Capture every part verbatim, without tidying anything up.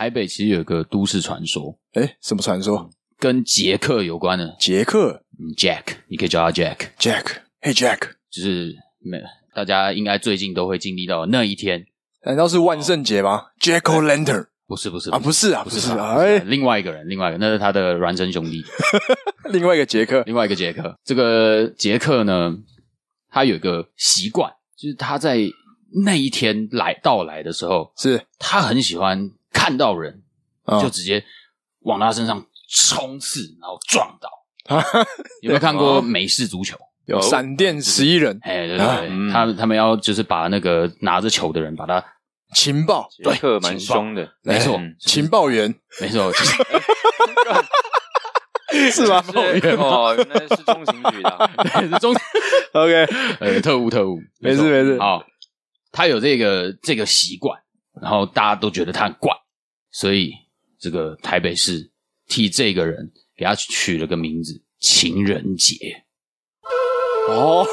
台北其实有一个都市传说， 诶，什么传说？ 跟杰克有关的。 杰克， 嗯 ，Jack， 你可以叫他 Jack。Jack， Hey Jack， 就是没大家应该最近都会经历到那一天。 难道是万圣节吗 ？Jack-o'-lantern。 不是不是啊，不是啊， 不是啊， 哎，另外一个人，另外一个，那是他的孪生兄弟， 另外一个杰克， 另外一个杰克。这个杰克呢，他有一个习惯，就是他在那一天来到来的时候， 是他很喜欢看到人， 哦、 就直接往他身上冲刺，然后撞倒。有没有看过美式足球？ 有闪电十一人， 哎，对对对，嗯、他他们要就是把那个拿着球的人把他。 情报， 杰克蛮凶的， 没错， 情报员， 没错， 是吗？ 哦，那是中情局的、啊， 对，是中 ，OK， 呃，特务，特务， 没事没事。 好，他有这个这个习惯，然后大家都觉得他很怪，所以这个台北市替这个人给他取了个名字——情人节。 哦。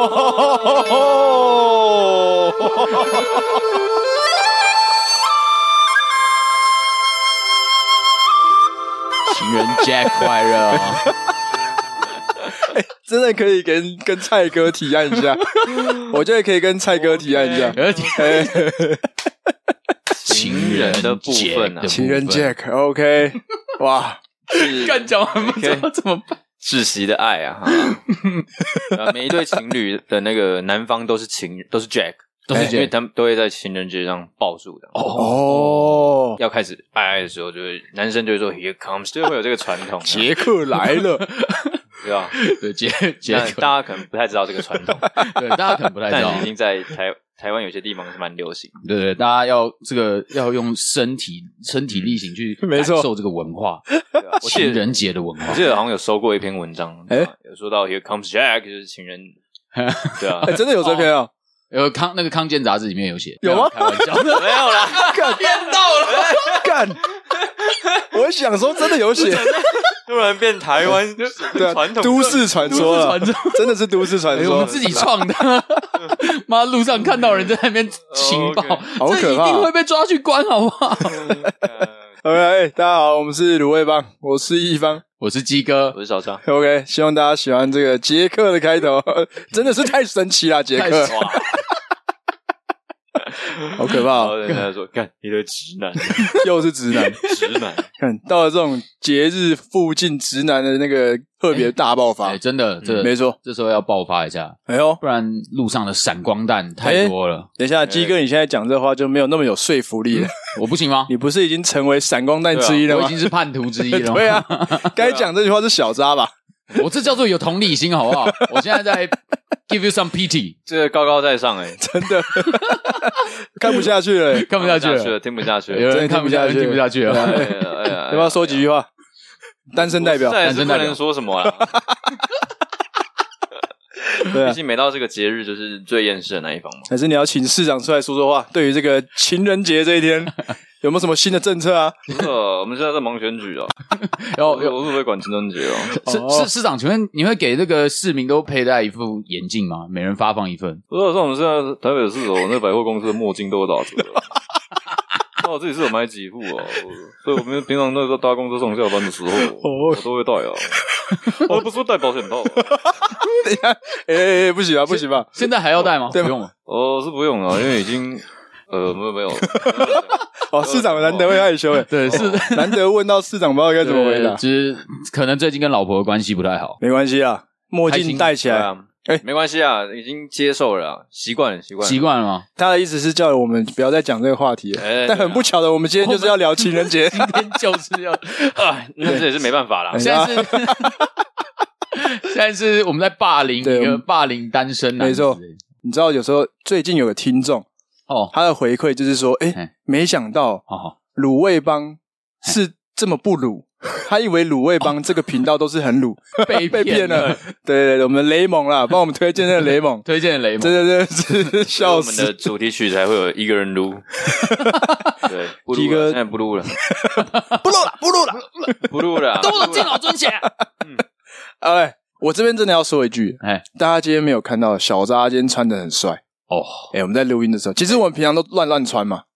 情人 Jack 快乐、哦欸、真的可以跟跟蔡哥提案一下，我觉得可以跟蔡哥提案一下。 Okay. 情人的部分啊， 情人 Jack OK， 哇， 干讲完不知道怎么办。 窒息的爱啊，每一对情侣的那个男方都是情都是 Jack。都是因为他们都会在情人节上报数的哦， 要开始爱爱的时候，就会男生就会说 Here comes， 就会有这个传统。 杰克来了， 对吧？ 对，杰杰克， 大家可能不太知道这个传统， 对，大家可能不太知道， 但已经在台台湾有些地方是蛮流行的。 对对，大家要这个要用身体身体力行去感受这个文化，情人节的文化。 我记得好像有收过一篇文章， 哎， 有说到 Here comes Jack 就是情人，对啊， 哎，真的有这篇啊。 有康那个康健杂志里面有写， 有吗？ 开玩笑的， 没有啦， 干骗到了， 干！我想说真的有写， 突然变台湾对传统都市传说了，真的是都市传说， 我们自己创的。妈，路上看到人在那边情报， 好可怕， 这一定会被抓去关，好不好 ？OK， 大家好，我们是卤味帮，我是一方。 我是鸡哥， 我是小张。 OK， 希望大家喜欢这个杰克的开头，真的是太神奇了，杰克，好可怕、哦！ 然后人家说：“干，你的直男， 又是直男， 直男。” 看到了这种节日附近，直男的那个特别大爆发， 哎、欸欸，真的，这、 嗯、没错， 这时候要爆发一下， 哎呦， 不然路上的闪光弹太多了。欸、 等一下，鸡哥，你现在讲这话就没有那么有说服力了。 我不行吗？ 你不是已经成为闪光弹之一了吗？ 啊、我已经是叛徒之一了。 对啊，该讲这句话是小渣吧？ 我这叫做有同理心，好不好？我现在在 give you some pity， 这个高高在上哎、欸， 真的看不下去了、欸， 看不下去了， 了听不下去了， 有人看不下去，听不下去了。 哎呀哎呀， 要不要说几句话？单身代表， 单身代表能说什么啦？ 对啊， 毕竟每到这个节日，就是最厌世的那一方嘛。 还是你要请市长出来说说话？对于这个情人节这一天，有没有什么新的政策啊？ 不是，我们现在在忙选举啊， 然后我是不会管情人节哦。 市市市长，请问你会给这个市民都佩戴一副眼镜吗？每人发放一份？ 不是，像我们现在台北市哦，那百货公司的墨镜都有打折。那我自己是有买几副哦，所以我们平常那个搭公车上下班的时候，我都会戴啊。我不是戴保险套。 等一下，哎、欸欸，不行吧，不行吧？ 现在还要戴吗？ 对， 不用了。 哦，是不用了，因为已经呃没有没有。 哦，市长难得会害羞诶， 对，是难得问到市长不知道该怎么回答， 就是可能最近跟老婆的关系不太好。 没关系啊，墨镜戴起来啊。哎、欸，没关系啊，已经接受了啦，习惯了，习惯了， 习惯了吗？ 他的意思是叫我们不要再讲这个话题了。欸、但很不巧的，我们今天就是要聊情人节， 今天就是要啊，那这也是没办法啦。 现在是现在是我们在霸凌一个霸凌单身男， 没错。你知道有时候最近有个听众哦， 他的回馈就是说，哎、欸，没想到卤味帮是这么不卤。他以为卤味帮这个频道都是很卤， 被被骗了。对对对，我们雷蒙啦，帮我们推荐那个雷蒙， 推荐雷蒙， 对对对，是笑死。 我们的主题曲才会有一个人撸，对，不撸了，现在不撸了， 不录了，不录了， 不录了， 都了，敬老尊贤。 嗯，哎，我这边真的要说一句， 哎， 大家今天没有看到小扎今天穿得很帅哦。 哎，我们在录音的时候，其实我们平常都乱乱穿嘛。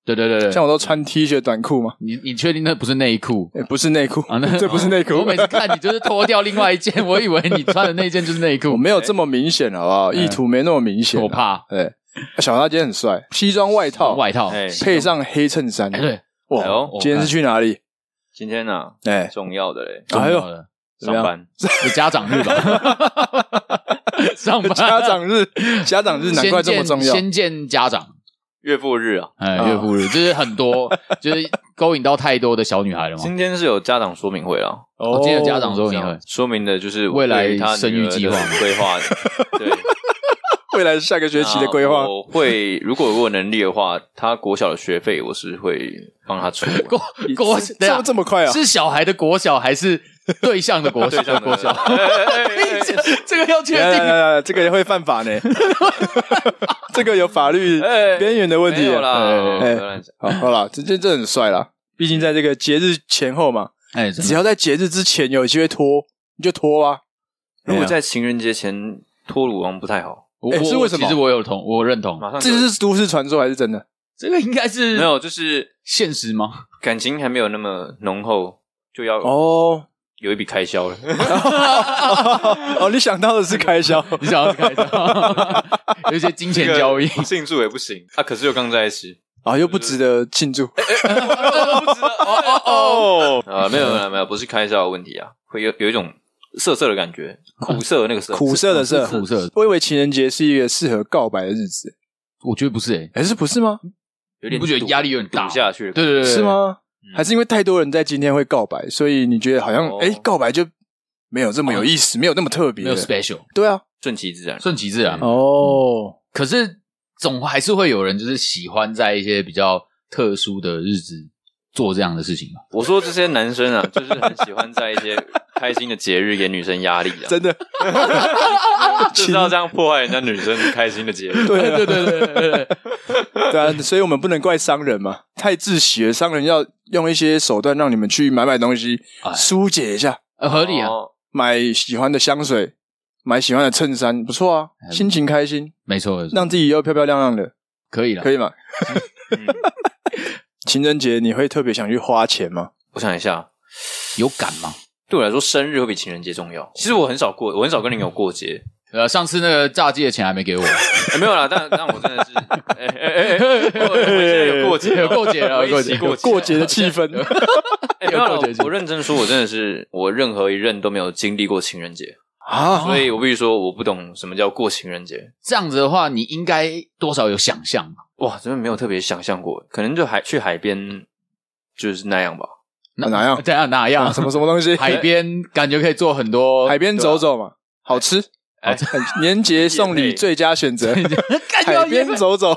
对对对对， 像我都穿 T 恤短裤嘛。 你你确定那不是内裤？ 欸、不是内裤啊，那这不是内裤。 我每次看你就是脱掉另外一件，我以为你穿的那件就是内裤。 我没有这么明显，好不好？意图没那么明显、啊。 我怕。 对，小大今天很帅，西装外套， 外套配上黑衬衫。 哎、对， 哇、哎，今天是去哪里？ 今天啊， 哎， 重要的嘞， 重要的。 上班是家长日吧？上班家长日，家长日难怪这么重要。 先见家长， 岳父日啊， 哎，岳父日，就是很多，就是勾引到太多的小女孩了嘛。 今天是有家长说明会啦， 哦，今天有家长说明会， 说明的就是未来生育计划规划的，对， 未来下个学期的规划。 我会，如果我有能力的话，他国小的学费我是会帮他出。 国国这么这么快啊？ 是小孩的国小还是？对象的国小， 对象的国小，这个要确定， 这个会犯法呢，这个有法律边缘的问题。 没有啦， 好，好啦，这这这很帅啦，毕竟在这个节日前后嘛，哎，只要在节日之前有机会脱，你就脱啊。 如果在情人节前脱乳王不太好， 哎，是为什么？ 其实我有同，我认同， 这是都市传说还是真的？ 这个应该是没有，就是现实吗？ 感情还没有那么浓厚，就要哦。 有一笔开销了哦，你想到的是开销， 你想到的是开销，有一些金钱交易， 庆祝也不行啊，可是又刚在一起啊，又不值得庆祝， 不值得哦哦哦啊，没有没有没有，不是开销的问题啊，会有有一种涩涩的感觉，苦涩的那个涩， 苦涩的涩， 苦涩。 我以为情人节是一个适合告白的日子， 我觉得不是诶， 还是不是吗？ 有点不觉得压力有点大下去？ 对对对， 是吗？还是因为太多人在今天会告白，所以你觉得好像哎、哦欸，告白就没有这么有意思，哦、没有那么特别， 没有 special。 对啊， 顺其自然， 顺其自然。 哦、嗯， 可是总还是会有人就是喜欢在一些比较特殊的日子做这样的事情嘛。 我说这些男生啊，就是很喜欢在一些开心的节日给女生压力啊， 真的， 就是要这样破坏人家女生开心的节日。 对对对对对对，对啊，所以我们不能怪商人嘛，太窒息了，商人要用一些手段让你们去买买东西，疏解一下， 呃，合理啊， 买喜欢的香水，买喜欢的衬衫，不错啊，心情开心， 没错， 让自己又漂漂亮亮的， 可以了， 可以吗？嗯、情人节你会特别想去花钱吗？ 我想一下， 有感吗？ 对我来说，生日会比情人节重要。其实我很少过，我很少跟你有过节。 呃，上次那个炸鸡的钱还没给我， 欸、没有啦。但但我真的是，哎哎哎，我现在有过节， 有过节了，有过节， 过过节的气氛。 哎、欸，没有，我认真说，我真的是，我任何一任都没有经历过情人节啊， 所以我必须说，我不懂什么叫过情人节。 这样子的话，你应该多少有想象吧？ 哇，真的没有特别想象过，可能就海去海边就是那样吧。 哪哪样？ 怎样哪样？ 什么什么东西？ 海边感觉可以做很多， 海边走走嘛，好吃。 哎， 年节送礼最佳选择，海边走走。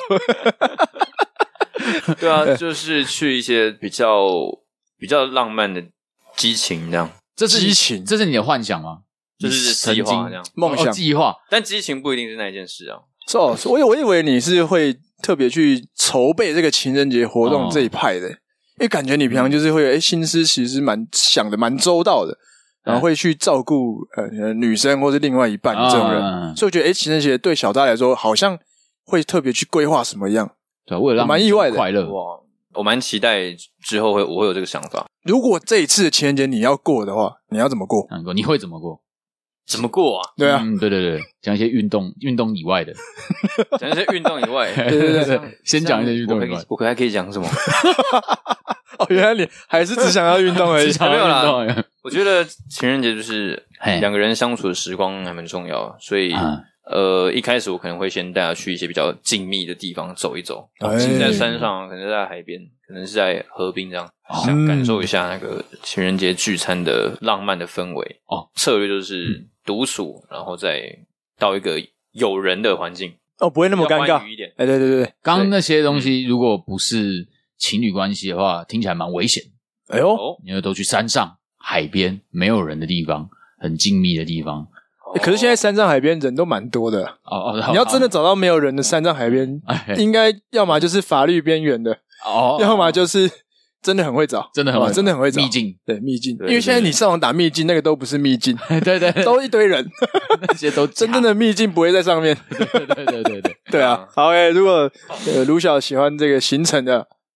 对啊，就是去一些比较比较浪漫的激情这样。 这是激情， 这是你的幻想吗？ 就是计划这样， 梦想、 哦、计划。 但激情不一定是那一件事啊。 是哦，我以我以为你是会特别去筹备这个情人节活动这一派的。哦，因为感觉你平常就是会有诶心思其实蛮想的蛮周到的，然后会去照顾呃女生或是另外一半的这种人，啊、所以我觉得诶情人节对小大来说好像会特别去规划什么样， 对，为了让蛮意外的快乐哇，我蛮期待之后会我会有这个想法。 如果这一次的情人节你要过的话，你要怎么过？ 你会怎么过？ 怎么过啊？ 对啊， 嗯，对对对，讲一些运动运动以外的， 讲一些运动以外， 对对对， 先讲一些运动以外。 我还可以讲什么？ 哦，原来你还是只想要运动而已， 没有啦。我觉得情人节就是两个人相处的时光还蛮重要，所以、嗯、呃，一开始我可能会先带他去一些比较静谧的地方走一走，可能是在山上，可能是在海边，可能是在河滨这样，想感受一下那个情人节聚餐的浪漫的氛围。哦，策略就是独处，然后再到一个有人的环境， 哦，不会那么尴尬一点。 哎，对对对， 刚刚那些东西如果不是情侣关系的话，听起来蛮危险。 哎呦， 因为都去山上、海边，没有人的地方，很静谧的地方。 欸、可是现在山上海边人都蛮多的哦哦， 你要真的找到没有人的山上海边，应该要么就是法律边缘的哦，要么就是真的很会找， 真的很会找， 真的很会找秘境， 对秘境，因为现在你上网打秘境，那个都不是秘境， 对对， 都一堆人， 那些都真正的秘境不会在上面， 对对对对对对啊。好诶、欸，如果呃卢小喜欢这个行程的，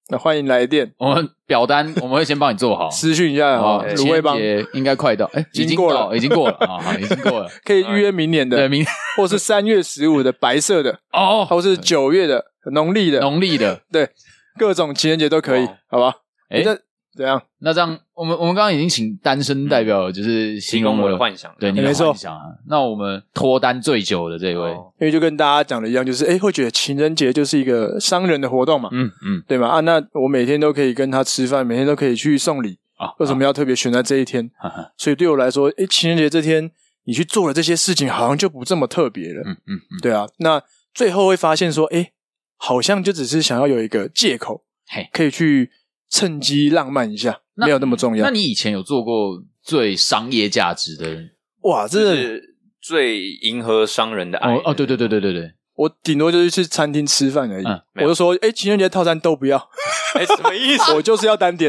那欢迎来电， 我们表单我们会先帮你做好， 私讯一下哦， 卤味帮应该快到，哎， 已经过了， 已经过了啊，好，已经过了， 可以预约明年的， 对，明或是三月十五的白色的哦， 或是九月的农历的， 农历的， 对，各种情人节都可以，好吧？哎，那怎样？ 那这样，我们我们刚刚已经请单身代表，就是形容我的幻想， 对，你的幻想啊。那我们脱单最久的这一位， 因为就跟大家讲的一样，就是哎，会觉得情人节就是一个商人的活动嘛， 嗯嗯， 对吗？啊，那我每天都可以跟他吃饭，每天都可以去送礼啊， 为什么要特别选在这一天？所以对我来说，哎，情人节这天你去做了这些事情，好像就不这么特别了， 嗯嗯嗯， 对啊。那最后会发现说，哎，好像就只是想要有一个借口，可以去趁机浪漫一下。没有那么重要。 那你以前有做过最商业价值的？ 哇，这是最迎合商人的爱。 哦哦，对对对对对对， 我顶多就是去餐厅吃饭而已。嗯、我就说，哎，情人节套餐都不要。 哎，什么意思？ 我就是要单点。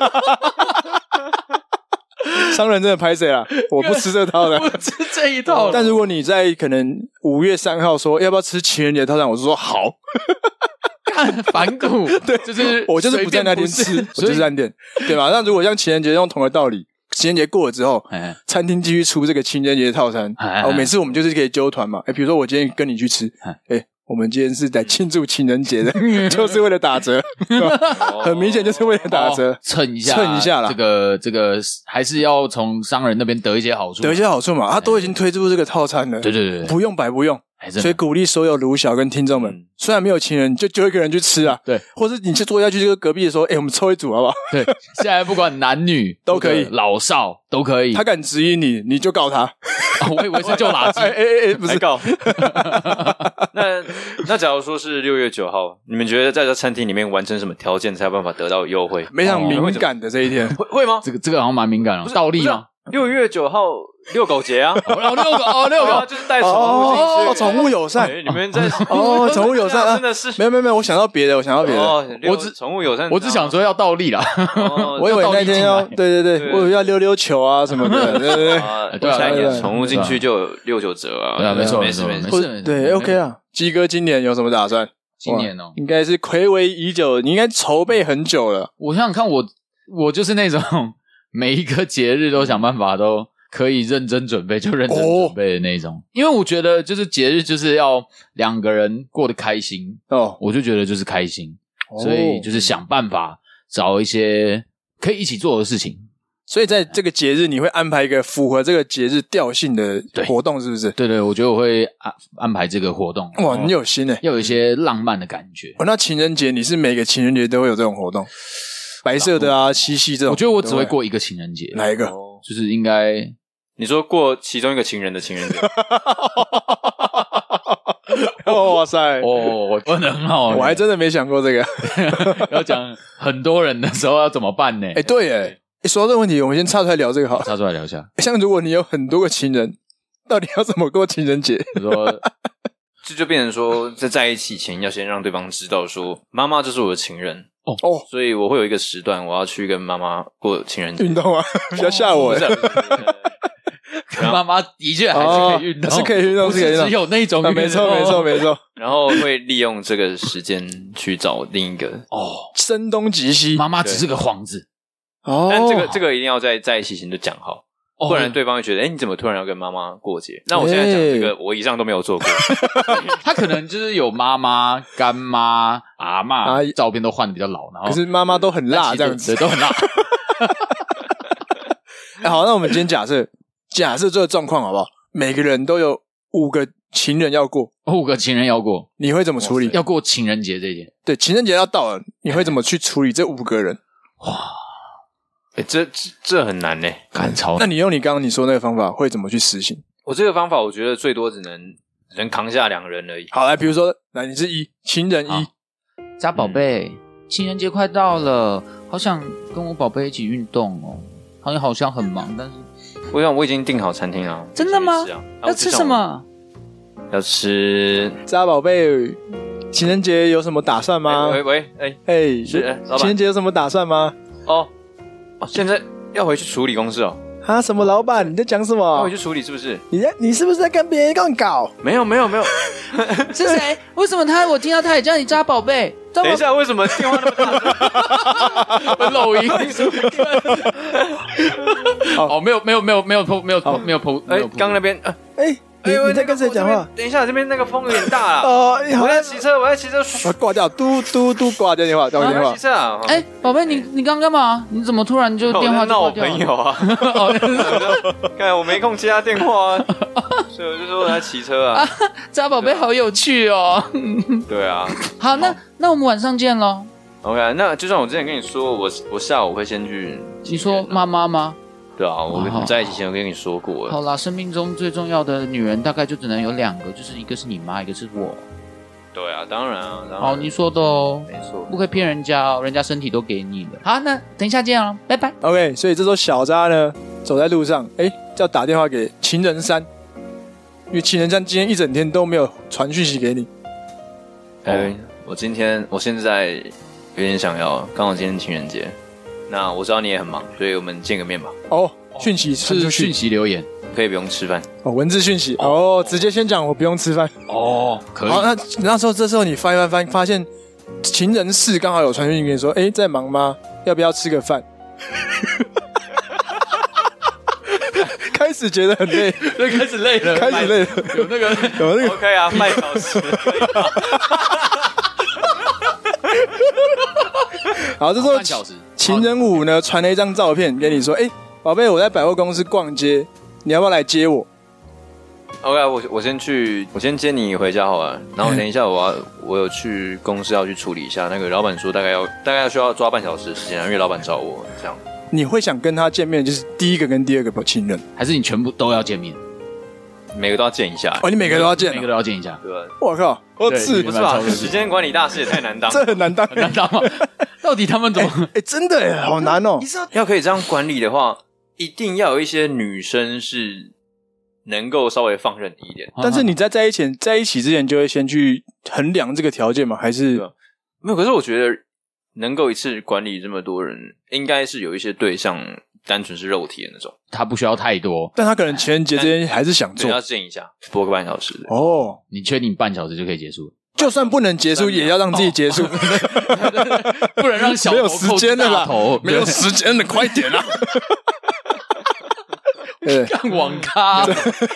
商人真的拍谁啦？我不吃这套的， 不吃这一套。 但如果你在可能五月三号说要不要吃情人节套餐，我就说好。 反骨， 对， 就是我就是不在那天吃，我就是单点，对吧？那如果像情人节用同个道理，情人节过了之后，餐厅继续出这个情人节套餐，哦，每次我们就是可以揪团嘛。哎，比如说我今天跟你去吃，哎，我们今天是在庆祝情人节的，就是为了打折，很明显就是为了打折， 蹭一下， 蹭一下啦。 这个这个还是要从商人那边得一些好处， 得一些好处嘛。他都已经推出这个套餐了， 对对对， 不用白不用。所以鼓励所有鲁小跟听众们，嗯、虽然没有情人，就揪一个人去吃啊， 对， 或是你去坐下去，这个隔壁的说，哎、欸，我们抽一组好不好？ 对，现在不管男女都可以， 老少都可以。 他敢质疑你，你就告他。 哦、我以为是就垃圾， 哎哎哎，不是告。那那假如说是六月九号，你们觉得在这餐厅里面完成什么条件才有办法得到优惠？ 非常敏感的这一天， 会会吗？ 这个这个好像蛮敏感哦，倒立吗？ 六月九号遛狗节啊， 哦六个哦六个就是带宠物进去， 哦宠物友善， 你们在哦宠物友善啊， 真的是没有没有没有，我想到别的，我想到别的， 我只宠物友善， 我只想说要倒立啦， 我以为那天要对对对，我以为要溜溜球啊什么的，对对对， 对下一年宠物进去就有六九折啊， 对啊没错没事没事，对 OK 啊，鸡哥今年有什么打算？ 今年哦， 应该是睽违已久，你应该筹备很久了。 我想想看，我我就是那种每一个节日都想办法都可以认真准备就认真准备的那种，哦、因为我觉得就是节日就是要两个人过得开心哦，我就觉得就是开心，哦、所以就是想办法找一些可以一起做的事情。 所以在这个节日，你会安排一个符合这个节日调性的活动，是不是？ 对对，我觉得我会安安排这个活动。 哇，你有心诶， 要有一些浪漫的感觉。 哦，那情人节你是每个情人节都会有这种活动？白色的啊，七夕这种。 我觉得我只会过一个情人节。 哪一个？ 就是应该你说过其中一个情人的情人节。 哇塞！ 哦，我问得很好， 我还真的没想过这个。 要讲很多人的时候要怎么办呢？ 哎，对耶。欸、说到这个问题，我们先插出来聊这个好了， 插出来聊一下。 像如果你有很多个情人，到底要怎么过情人节？ 你说， 这就变成说，在在一起前要先让对方知道说，妈妈就是我的情人哦哦， 所以我会有一个时段，我要去跟妈妈过情人节运动啊，不要吓我。 跟妈妈的确还是可以运动， 是可以运动，是可以运动， 只有那种运动， 没错没错没错。 然后会利用这个时间去找另一个哦， 声东击西， 妈妈只是个幌子。 哦， 但这个这个一定要在在一起前就讲好，哦、不然对方会觉得，哎、欸，你怎么突然要跟妈妈过节？那我现在讲这个，我以上都没有做过。 他可能就是有妈妈、干妈、阿嬷，照片都换的比较老，然后可是妈妈都很辣，这样子都很辣。 欸、好，那我们今天假设假设这个状况好不好？每个人都有五个情人要过， 五个情人要过， 你会怎么处理？ 要过情人节这一天， 对，情人节要到了，你会怎么去处理这五个人？ 哇！欸、这这这很难呢， 赶超。 那你用你刚刚你说那个方法会怎么去实行？ 我这个方法，我觉得最多只能只能扛下两个人而已。 好，来，比如说，来，你是一情人一， 家宝贝，嗯、情人节快到了，好想跟我宝贝一起运动哦。好像好像很忙，但是我想我已经订好餐厅了。 真的吗？ 啊、 要吃什么？ 要吃家宝贝，情人节有什么打算吗？ 喂喂，哎哎， 是、欸、 情人节有什么打算吗？ 哦。现在要回去处理公事哦。 啊，什么老板？你在讲什么？ 要回去处理是不是？ 你在你是不是在跟别人乱搞？ 没有没有没有。 是谁？为什么他我听到他也叫你渣宝贝？ 等一下，为什么电话那么大声？ 漏音。哦，没有没有没有没有 po 没有 po 没有 po。 哎，刚那边， 哎。你, 你在跟谁讲话？ 等一下，这边那个风有点大了。 哦， 我在骑车，我在骑车。 我挂掉，嘟嘟嘟，挂掉电话，挂掉电话。 骑车啊！ 哎，宝贝，你你刚干嘛？你怎么突然就电话就挂掉了？ 闹我朋友啊！看我没空接他电话啊，所以我就说我在骑车啊。 渣宝贝好有趣哦。 对啊。 好，那那我们晚上见咯。 OK， 那就像我之前跟你说，我我下午会先去。 你说妈妈吗？ 对啊，我跟你在一起前我跟你说过了。 好啦，生命中最重要的女人大概就只能有两个，就是一个是你妈，一个是我。 对啊，当然啊，当然。 好，你说的哦， 没错， 不可以骗人家哦，人家身体都给你的。好，那等一下见哦，拜拜。 OK， 所以这时候小渣呢，走在路上，哎，要打电话给情人三，因为情人三今天一整天都没有传讯息给你。 哎、欸，我今天我现在有点想要，刚好今天情人节。那我知道你也很忙，所以我们见个面吧。 哦，讯息是讯息留言， 可以不用吃饭哦，文字讯息哦, 哦，直接先讲我不用吃饭哦，可以。 好，那那时候这时候你翻一翻翻，发现情人四刚好有传讯息跟你说，哎，在忙吗？要不要吃个饭？开始觉得很累， 对，开始累了， 开始累了， 有那个有那个 ，OK 啊，半小时可以吧。 好，这时候情人五呢传了一张照片给你说，哎，宝贝，我在百货公司逛街，你要不要来接我 ？OK， 我我先去，我先接你回家好了。然后等一下我要我有去公司要去处理一下，那个老板说大概要大概需要抓半小时的时间，因为老板找我这样。 你会想跟他见面，就是第一个跟第二个情人， 还是你全部都要见面？ 每个都要见一下。 哦，你每个都要见、啊， 每个都要见一下。 对， 我靠，我是不是吧？时间管理大师也太难当， 这很难当， 很难当吗？到底他们怎么？ 哎、欸欸，真的哎，好难哦。 你知道，要可以这样管理的话，一定要有一些女生是能够稍微放任一点。 但是你在在一起在一起之前，就会先去衡量这个条件吗？还是没有？可是我觉得能够一次管理这么多人，应该是有一些对象。单纯是肉体的那种， 他不需要太多， 但他可能情人节这边还是想做， 要见一下，播个半小时的。 哦， 你确定半小时就可以结束？ 就算不能结束，也要让自己结束， 不能让小头没有时间的啦， 没有时间的，快点啦！干网咖，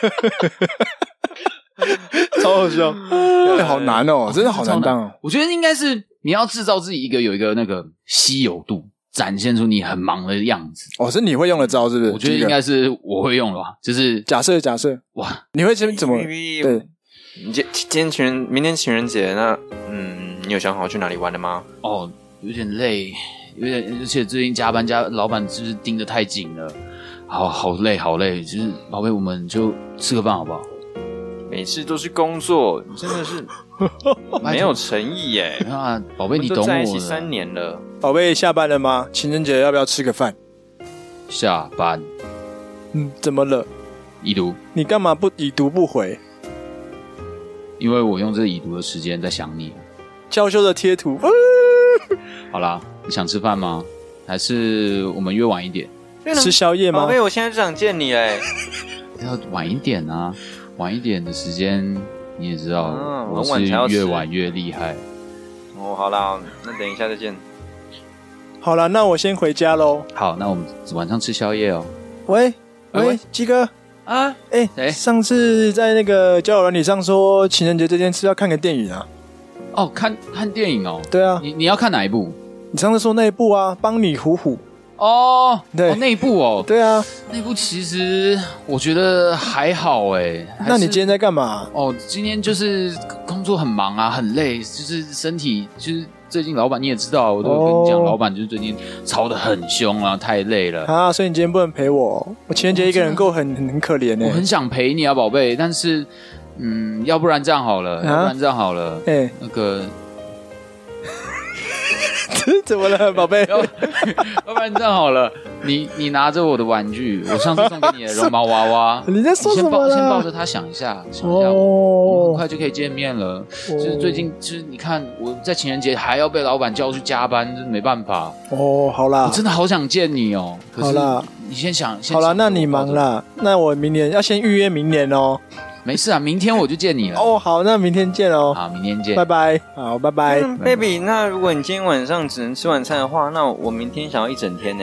超好笑，欸、好难哦，真的好难当哦。 我觉得应该是你要制造自己一个有一个那个稀有度。展现出你很忙的样子哦，是你会用的招是不是？ 我觉得应该是我会用的吧，就是假设假设哇，你会先怎么？对， 你今今天情人，明天情人节，那嗯，你有想好去哪里玩了吗？ 哦，有点累，有点，而且最近加班加，老板就是盯得太紧了，好好累好累，就是宝贝，我们就吃个饭好不好？ 每次都是工作，真的是没有诚意耶！ 啊，宝贝，你懂我了。 在一起三年了， 宝贝，下班了吗？情人节要不要吃个饭？ 下班。 嗯，怎么了？ 已读。 你干嘛不已读不回？ 因为我用这已读的时间在想你。 娇羞的贴图。 好啦，你想吃饭吗？还是我们约晚一点？ 吃宵夜吗？ 宝贝，我现在就想见你哎！ 要晚一点啊。晚一点的时间你也知道， 嗯、 我是越晚越厉害。 哦，好啦，那等一下再见。 好啦，那我先回家咯。 好，那我们晚上吃宵夜哦。 喂喂，鸡哥啊， 哎、欸，上次在那个交友软体上说情人节这件事要看个电影啊。 哦，看看电影哦。 对啊， 你你要看哪一部？ 你上次说那一部啊，帮你虎虎。 哦， 对， 哦、那一部哦， 对啊， 那一部其实我觉得还好哎。 那你今天在干嘛？ 哦，今天就是工作很忙啊，很累，就是身体就是最近老板你也知道，我都跟你讲，哦、老板就是最近操得很凶啊，太累了啊，所以你今天不能陪我。我情人节一个人过很很很可怜哎。 我很想陪你啊，宝贝，但是嗯，要不然这样好了，啊、要不然这样好了，哎、欸，那个。 怎么了，宝贝？ 要不然这样好了，你你拿着我的玩具，我上次送给你的绒毛娃娃， 你在说什么啦？ 先抱先抱着它想一下，想一下，哦、我们很快就可以见面了。哦、就是最近，就是你看我在情人节还要被老板叫去加班，真没办法。 哦，好啦， 我真的好想见你哦。 好啦， 你先想，先好啦，那你忙啦，那我明年要先预约明年哦。 没事啊，明天我就见你了。 哦，好，那明天见哦。 好，明天见， 拜拜。好，拜拜、 嗯、，baby。那如果你今天晚上只能吃晚餐的话，那我明天想要一整天呢。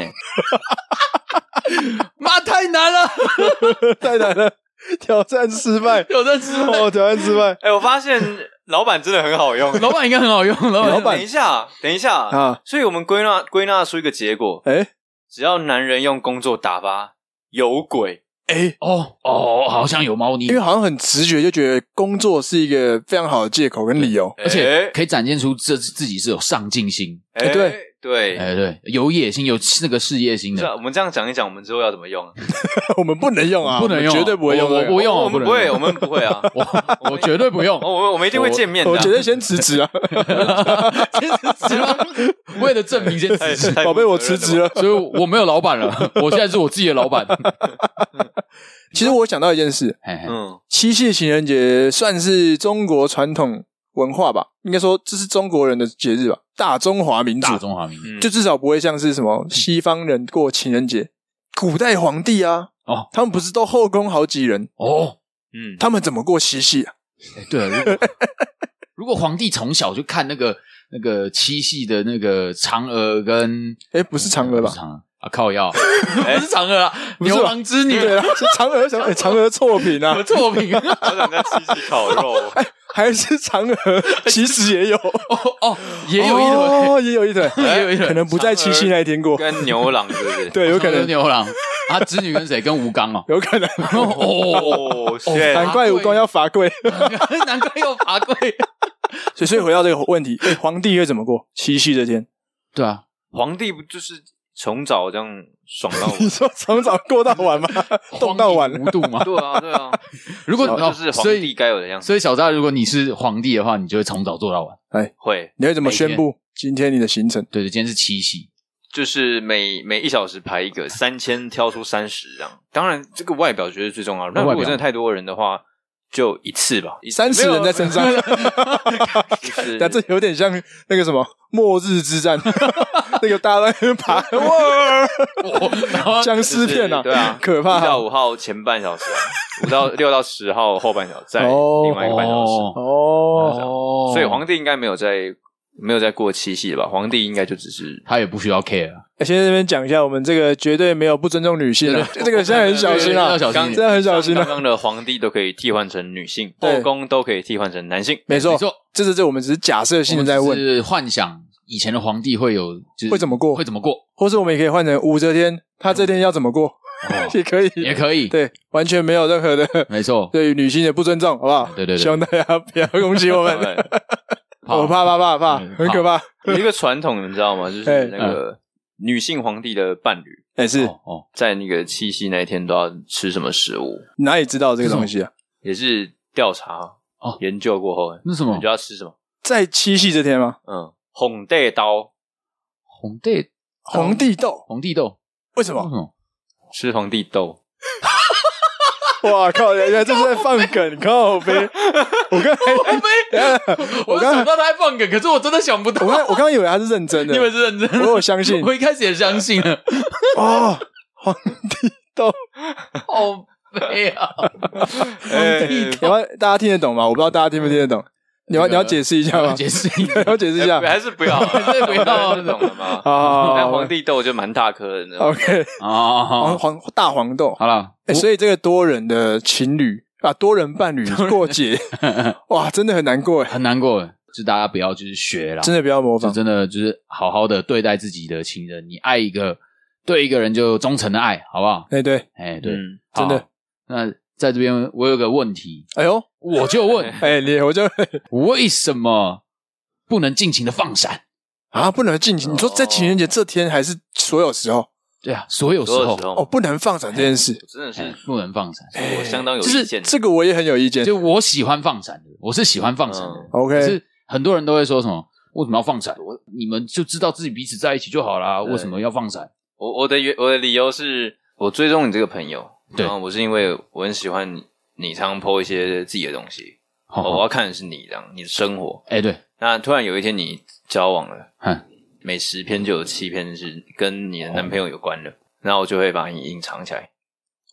妈，太难了， 太难了，挑战失败， 挑战失败， 哦，挑战失败。 哎、欸，我发现老板真的很好用， 老板应该很好用。老板， 老板，等一下，等一下啊！ 所以我们归纳归纳出一个结果， 哎、欸， 只要男人用工作打发，有鬼。 哎、欸， 哦哦，好像有猫腻， 因为好像很直觉就觉得工作是一个非常好的借口跟理由， 而且可以展现出这自己是有上进心。 哎、欸，对对， 哎、欸、对，有野心，有那个事业心的。 我们这样讲一讲，我们之后要怎么用？ 我们不能用啊， 不能用， 绝对不会用、 我，我不用， 我们不会，我们不会啊， 我我绝对不用， 我我们一定会见面的、啊我，我绝对先辞职啊， 先辞职吗？为了证明先辞职， 宝贝，我辞职了， 所以我没有老板了，我现在是我自己的老板。 其实我想到一件事，嗯，七夕情人节算是中国传统文化吧，应该说这是中国人的节日吧，大中华民族， 大中华民族， 就至少不会像是什么西方人过情人节。古代皇帝啊，哦，他们不是都后宫好几人哦，嗯，他们怎么过七夕啊？ 欸、对，如果如果皇帝从小就看那个那个七夕的那个嫦娥跟， 哎、欸，不是嫦娥吧？ 不是嫦娥啊，靠腰，不是嫦娥啊，牛郎织女对啊，是嫦娥，想哎，嫦娥错品啊， 错品， 好想在七夕烤肉， 哎，还是嫦娥，其实也有哦哦，也有一腿， 哦，也有一腿， 也有一腿， 可能不在七夕那一天过， 跟牛郎是不是？ 对，有可能牛郎，啊，织女跟谁？跟吴刚哦， 有可能哦， 难怪吴刚要罚跪， 难怪要罚跪。 所以，所以回到这个问题，哎，皇帝会怎么过七夕这天？ 对啊， 皇帝不就是从早这样爽到晚？ 你说从早过到晚吗？动到晚无度吗？ 对啊，对啊。 如果就是皇帝该有的样子。 所以小扎，如果你是皇帝的话，你就会从早做到晚。 哎， 会。 你会怎么宣布今天你的行程？ 对对，今天是七夕， 就是每每一小时排一个，三千挑出三十这样。当然，这个外表绝对最重要。那如果真的太多人的话，就一次吧， 三十人在身上。但这有点像那个什么末日之战，那个大家都在那爬，哇，僵尸片啊， 对啊， 可怕。 一到五号前半小时啊，五到六到十号后半小时，再另外一个半小时哦。所以皇帝应该没有在没有在过七夕吧？皇帝应该就只是他也不需要 care。 先在这边讲一下，我们这个绝对没有不尊重女性啊，这个现在很小心啊， 小心， 现在很小心啊。 刚刚的皇帝都可以替换成女性，后宫都可以替换成男性， 没错，没错。这是这我们只是假设性的在问， 是幻想以前的皇帝会有会怎么过， 会怎么过， 或是我们也可以换成武则天，她这天要怎么过，也可以， 也可以， 对，完全没有任何的， 没错， 对于女性的不尊重，好不好？ 对对对， 希望大家不要攻击我们。我怕怕怕怕，很可怕。 有一个传统，你知道吗？就是那个女性皇帝的伴侣， 哎是哦，在那个七夕那一天都要吃什么食物？ 哪里知道这个东西啊？ 也是调查哦，研究过后， 那什么你就要吃什么？ 在七夕这天吗？ 嗯，红地刀， 红地红地豆， 红地豆， 为什么？ 吃红地豆。 哇靠！原来这是在放梗，靠背。我刚才靠背，我刚想到他在放梗，可是我真的想不到。 我刚我刚刚以为他是认真的， 你以为是认真？ 我有相信， 我一开始也相信了。 哦，皇帝豆， 好悲啊！ 皇帝豆，大家听得懂吗？我不知道大家听不听得懂。你要你要解释一下吗？ 解释一下， 要解释一下， 还是不要，还是不要，懂了吗？啊，那皇帝豆就蛮大颗的。 OK， 啊， 黄黄大黄豆， 好了。 欸、所以这个多人的情侣啊，多人伴侣过节，哇，真的很难过， 很难过。就大家不要就是学啦， 真的不要模仿， 真的就是好好的对待自己的情人。你爱一个，对一个人就忠诚的爱，好不好？ 哎、欸，对， 哎、欸，对、 嗯，真的。 那在这边我有个问题， 哎呦， 我就问， 哎、欸，你我就为什么不能尽情的放闪啊？不能尽情？你说在情人节这天，还是所有时候？ 对啊，所有时候哦，不能放闪这件事， 真的是不能放闪， 我相当有意见。 这个我也很有意见， 就我喜欢放闪的，我是喜欢放闪的。 嗯、OK， 可是很多人都会说什么？为什么要放闪？我你们就知道自己彼此在一起就好啦，为什么要放闪？ 我我的我的理由是我追踪你这个朋友， 对， 我是因为我很喜欢你，你常 po 一些自己的东西，哦哦、我要看的是你这样你的生活。 哎、欸，对， 那突然有一天你交往了， 嗯， 每十篇就有七篇是跟你的男朋友有关的。然后我就会把你隐藏起来。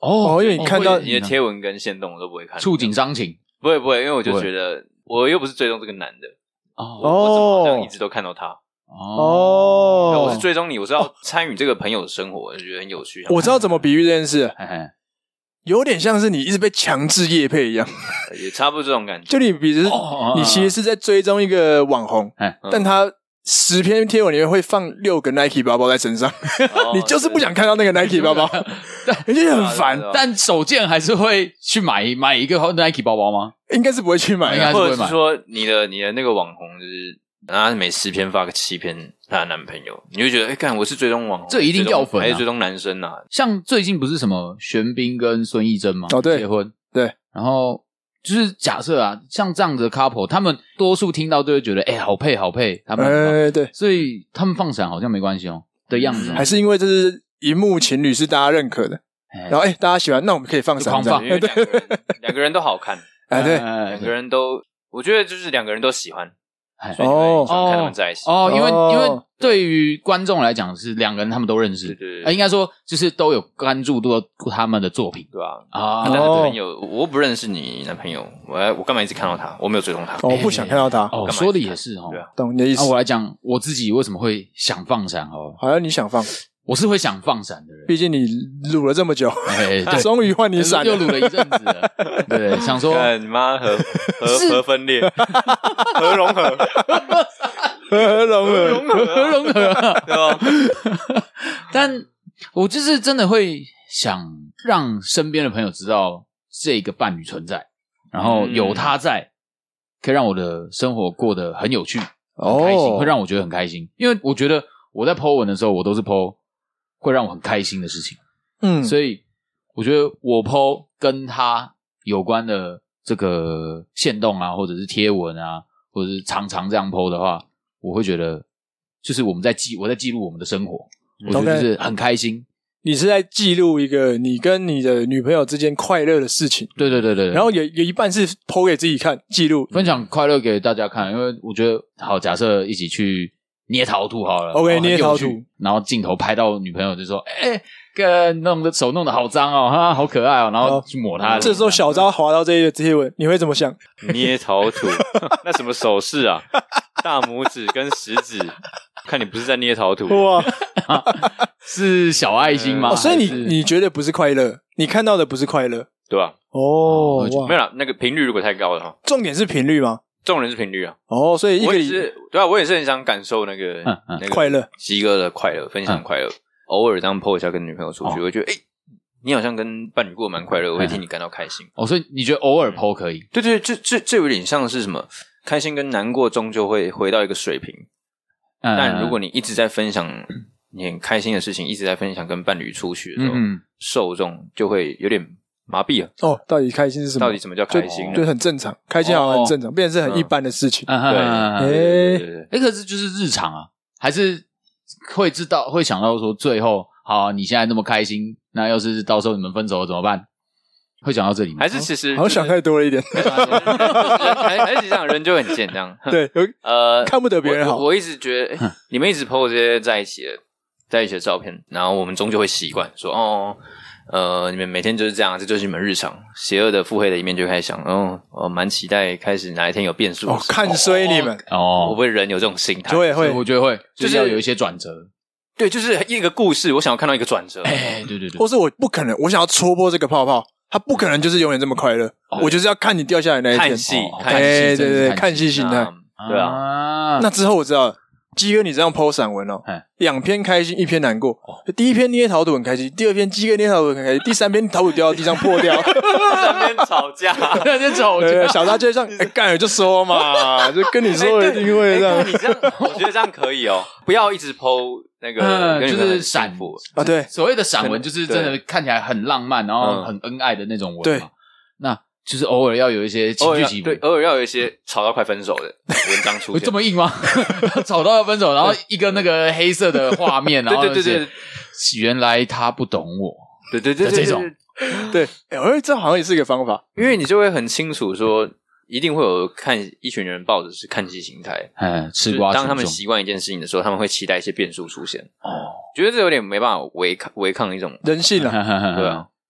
哦，因为你看到你的贴文跟限动我都不会看， 触景伤情， 不会不会，因为我就觉得我又不是追踪这个男的， 哦， 我我怎么好像一直都看到他？ 哦， 我是追踪你，我是要参与这个朋友的生活，我觉得很有趣。 我知道怎么比喻这件事， 嘿嘿有点像是你一直被强制业配一样， 也差不多这种感觉。 就你比如你其实是在追踪一个网红，但他十篇贴文里面会放六个 Nike 包包在身上，你就是不想看到那个 Nike 包包，你就很烦。 但手贱还是会去买买一个 Nike 包包吗？ 应该是不会去买， 应该是不会买。 或者是说你的你的那个网红就是他每十篇发个七篇他的男朋友，你就觉得哎，干我是追踪网红， 这一定掉粉啊， 还是追踪男生啊？ 像最近不是什么玄彬跟孙艺珍吗？ 哦，对， 结婚对， 然后就是假设啊，像这样子的 couple， 他们多数听到都会觉得哎，好配好配，他们很棒， 哎，对， 所以他们放闪好像没关系哦的样子， 还是因为这是荧幕情侣是大家认可的，然后哎大家喜欢，那我们可以放闪， 狂放， 因为两个人两个人都好看， 哎对， 两个人都，我觉得就是两个人都喜欢。 所以你会想看他们在一起哦，因为因为对于观众来讲是两个人他们都认识， 对对对， 呃，应该说就是都有关注过他们的作品， 对吧？ 啊， 但是朋友，我不认识你男朋友，我我干嘛一直看到他？我没有追踪他， 我不想看到他。 哦，说的也是哦， 懂你的意思。 我来讲我自己为什么会想放闪哦， 好像你想放。 我是会想放闪的人， 毕竟你撸了这么久， 哎，对， 终于换你闪， 又撸了一阵子了，对，想说你妈核核核分裂，核融合， 核融合， 核融合， 对吧？ 但我就是真的会想让身边的朋友知道这个伴侣存在，然后有他在，可以让我的生活过得很有趣、很开心，会让我觉得很开心。因为我觉得我在 po 文的时候，我都是 po 会让我很开心的事情，嗯，所以我觉得我 po 跟他有关的这个限动啊，或者是贴文啊，或者是常常这样 po 的话，我会觉得就是我们在记我在记录我们的生活，我觉得就是很开心。 你是在记录一个你跟你的女朋友之间快乐的事情， 对对对对， 然后有有一半是 po 给自己看，记录分享快乐给大家看，因为我觉得好，假设一起去捏陶土好了 ，OK， 捏陶土， 然后镜头拍到女朋友就说：“哎、欸，个弄的手弄得好脏哦，哈，好可爱哦。”然后去抹她。 这时候小昭滑到这一这些文，你会怎么想？ 捏陶土，那什么手势啊？大拇指跟食指，看你不是在捏陶土哇？ 是小爱心吗？ 哦、所以你你觉得不是快乐，你看到的不是快乐， 对吧？ 哦， 没有啦，那个频率如果太高了哈， 重点是频率吗？ 重点是频率啊。 哦，所以一个我也是，对啊，我也是很想感受那个、嗯嗯、那个快乐， 鸡哥的快乐，分享快乐。嗯、偶尔这样 po 一下跟女朋友出去，哦、我会觉得哎、欸，你好像跟伴侣过得蛮快乐，我会替你感到开心。 哦，所以你觉得偶尔 po 可以？ 对对，这这这有点像是什么？开心跟难过终究会回到一个水平。嗯、但如果你一直在分享你很开心的事情，一直在分享跟伴侣出去的时候，嗯、受众就会有点麻痹了。 哦，到底开心是什么？ 到底什么叫开心？ 就, 就很正常，开心好像很正常，哦、变成是很一般的事情。 嗯、 对， 哎、欸欸，可是就是日常啊，还是会知道会想到说，最后好、啊，你现在那么开心，那要是到时候你们分手了怎么办？会讲到这里吗？ 还是其实、就是、 好像想太多了一点， 还还是实际上人就很贱这样。 对，呃，看不得别人好。 我, 我一直觉得，欸、你们一直 po 这些在一起的在一起的照片，然后我们终究会习惯说，哦，呃，你们每天就是这样，这就是你们日常。邪恶的腹黑的一面就开始想，哦，我蛮期待开始哪一天有变数。 哦，看衰你们哦，会不会人有这种心态？ 会会， 我觉得会， 就是要有一些转折。 对，就是一个故事，我想要看到一个转折。 哎，对对对， 或是我不可能，我想要戳破这个泡泡。他不可能就是永远这么快乐，哦、我就是要看你掉下来那一天。 看戏， 看戏，对对对，看戏心态， 对啊。 那之后我知道，鸡哥你这样 po 散文哦，两篇开心，一篇难过。第一篇捏陶土很开心，第二篇鸡哥捏陶土很开心，第三篇陶土掉到地上破掉， 第三篇吵架， 第三篇吵架。 小大就上，哎，干了就说嘛，就跟你说一定会这样。 你这样，我觉得这样可以哦，不要一直 po。那个、 嗯、就是闪文啊，对， 所谓的闪文就是真的看起来很浪漫，然后很恩爱的那种文嘛。 对， 那就是偶尔要有一些情绪起伏， 对，偶尔要有一些吵到快分手的文章出现。 这么硬吗？吵到要分手，然后一个那个黑色的画面，然后对对对对， 原来他不懂我， 对对对对， 这种对，哎，这好像也是一个方法， 因为你就会很清楚说。一定会有看一群人抱着是看戏心态， 嗯，吃瓜。 当他们习惯一件事情的时候，他们会期待一些变数出现。哦，觉得这有点没办法违抗违抗一种人性啊， 对啊， 对啊。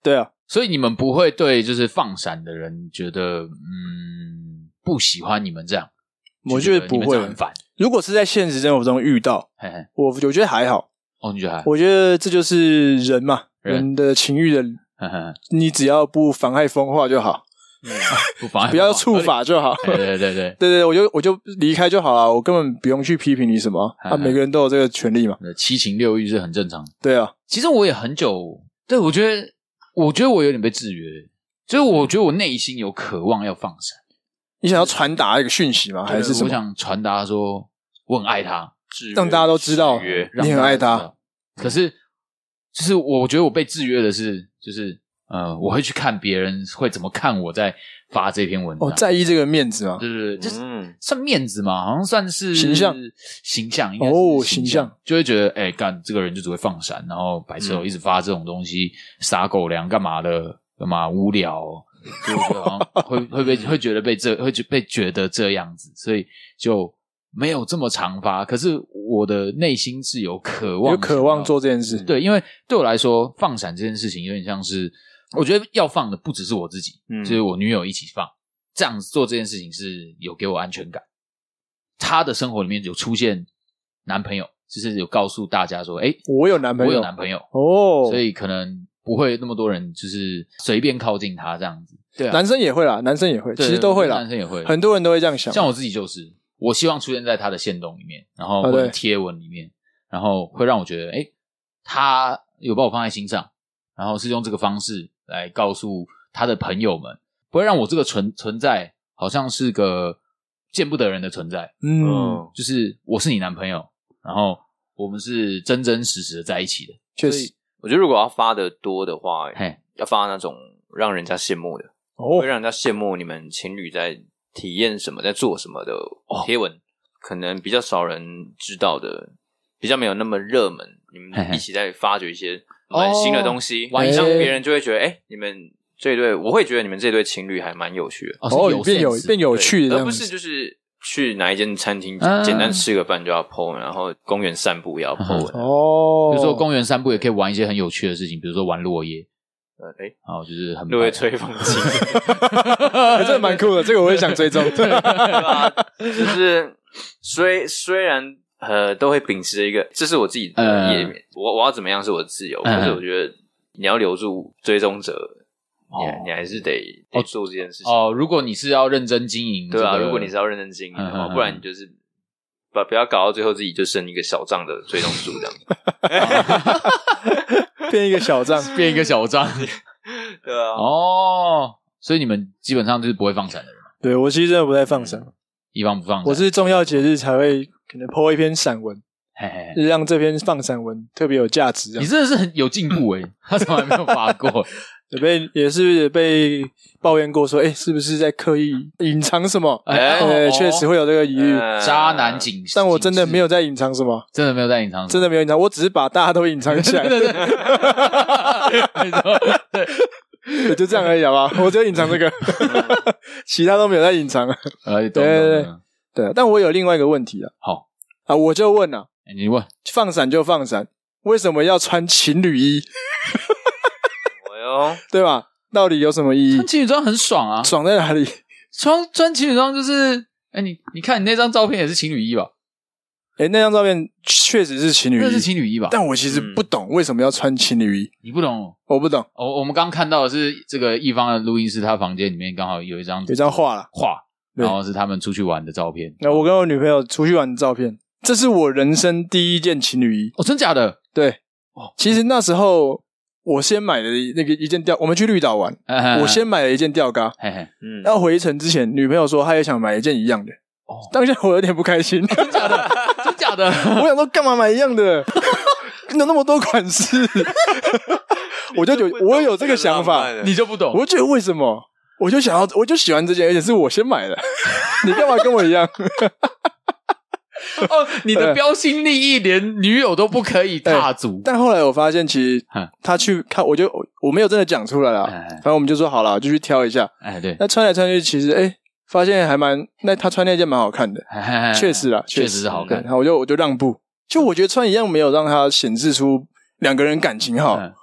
所以你们不会对就是放闪的人觉得嗯不喜欢你们这样？ 我觉得不会， 很烦。 如果是在现实生活中遇到，嘿嘿我我觉得还好。 哦，你觉得还好？ 我觉得这就是人嘛，人, 人的情欲的，嘿嘿你只要不妨害风化就好。 嗯，不妨碍， 不要触法就好。 对对对对对对，我就我就离开就好了，我根本不用去批评你什么。啊，每个人都有这个权利嘛。 七情六欲是很正常的。 对啊， 其实我也很久，对我觉得，我觉得我有点被制约，就是我觉得我内心有渴望要放闪。 你想要传达一个讯息吗？还是什么？ 我想传达说我很爱他， 让大家都知道你很爱他。 可是，就是我觉得我被制约的是，就是。呃，我会去看别人会怎么看我在发这篇文章。 哦，在意这个面子吗？ 对对对，就是算面子嘛，好像算是形象， 形象应该是哦，形象就会觉得，哎，干这个人就只会放闪，然后白痴哦，一直发这种东西，撒狗粮干嘛的，干嘛无聊，就好像会会被会觉得被这会被觉得这样子，所以就没有这么常发。可是我的内心是有渴望， 有渴望做这件事。 对，因为对我来说，放闪这件事情有点像是。我觉得要放的不只是我自己，嗯，就是我女友一起放，这样子做这件事情是有给我安全感。她的生活里面有出现男朋友，就是有告诉大家说，哎， 我有男朋友， 我有男朋友哦， 所以可能不会那么多人就是随便靠近她这样子。对啊， 男生也会啦，男生也会，其实都会啦， 男生也会， 很多人都会这样想。 像我自己就是，我希望出现在她的限动里面，然后或者贴文里面，然后会让我觉得，哎，她有把我放在心上，然后是用这个方式。来告诉他的朋友们，不会让我这个存存在好像是个见不得人的存在。嗯，就是我是你男朋友，然后我们是真真实实的在一起的。 确实， 我觉得如果要发的多的话，要发那种让人家羡慕的，哦，会让人家羡慕你们情侣在体验什么，在做什么的贴文，哦，可能比较少人知道的，比较没有那么热门，你们一起在发掘一些。蛮新的东西，晚上别人就会觉得，哎、欸，你们这一对，我会觉得你们这对情侣还蛮有趣的， 哦，是有变有变有趣的， 而不是就是去哪一间餐厅简单吃个饭就要 po， 然后公园散步也要 po， 哦， 比如说公园散步也可以玩一些很有趣的事情，比如说玩落叶， 呃，哎、欸， 哦，就是很落叶吹风机， 欸、这蛮酷的，这个我也想追踪，对吧？就是虽虽然。呃，都会秉持一个，这是我自己的页面，呃、我我要怎么样是我的自由，呃、可是我觉得你要留住追踪者，哦、你你还是得得做这件事情。 哦，如果你是要认真经营、這個， 对啊，如果你是要认真经营的话，嗯、不然你就是不不要搞到最后自己就剩一个小账的追踪数这样， 变一个小账， 变一个小账， 对啊。 哦，所以你们基本上就是不会放闪的人。 对，我其实真的不太放闪， 一方不放闪， 我是重要节日才会。可能 po 一篇散文，嘿嘿就是让这篇放散文特别有价值。 你真的是很有进步诶、欸、他从来没有发过， 也被也是被抱怨过说，哎、欸，是不是在刻意隐藏什么？哎、欸，确、哦、实会有这个疑虑。 呃、渣男警示， 但我真的没有在隐藏什么， 真的没有在隐藏什么， 真的没有隐藏，我只是把大家都隐藏起来。对对对，对，就这样而已，好不好？我只有隐藏这个，其他都没有在隐藏。 呃， 对对对。对，但我有另外一个问题啊。 好啊，我就问啊， 欸、你问， 放闪就放闪，为什么要穿情侣衣？ 我哟， 对吧？到底有什么意义？ 穿情侣装很爽啊， 爽在哪里？ 穿穿情侣装就是，哎、欸，你你看你那张照片也是情侣衣吧？ 哎、欸，那张照片确实是情侣衣， 那是情侣衣吧？ 但我其实不懂为什么要穿情侣衣。 嗯、你不懂？ 我不懂。 我我们刚刚看到的是这个一方的录音师，他房间里面刚好有一张有一张画啦， 画。然后是他们出去玩的照片。 那我跟我女朋友出去玩的照片，这是我人生第一件情侣衣。 哦，真假的？ 对。哦，其实那时候我先买了那个一件吊，我们去绿岛玩，嘿嘿嘿我先买了一件吊嘎。嘿嘿，嗯。要回程之前，女朋友说她也想买一件一样的。哦。当下我有点不开心。 真假的？真假的？ 我想说干嘛买一样的？有那么多款式。我就有我有这个想法， 你就不懂。 我就觉得为什么？我就想要，我就喜欢这件，而且是我先买的。你干嘛跟我一样？ 哦，你的标新立异，连女友都不可以踏足。 欸、但后来我发现，其实他去看，我就我没有真的讲出来啦。反正我们就说好了，就去挑一下。哎，对。那穿来穿去，其实哎、欸，发现还蛮，那他穿那件蛮好看的，确实啦， 确实是好看。 然后我就我就让步，就我觉得穿一样没有让他显示出两个人感情好，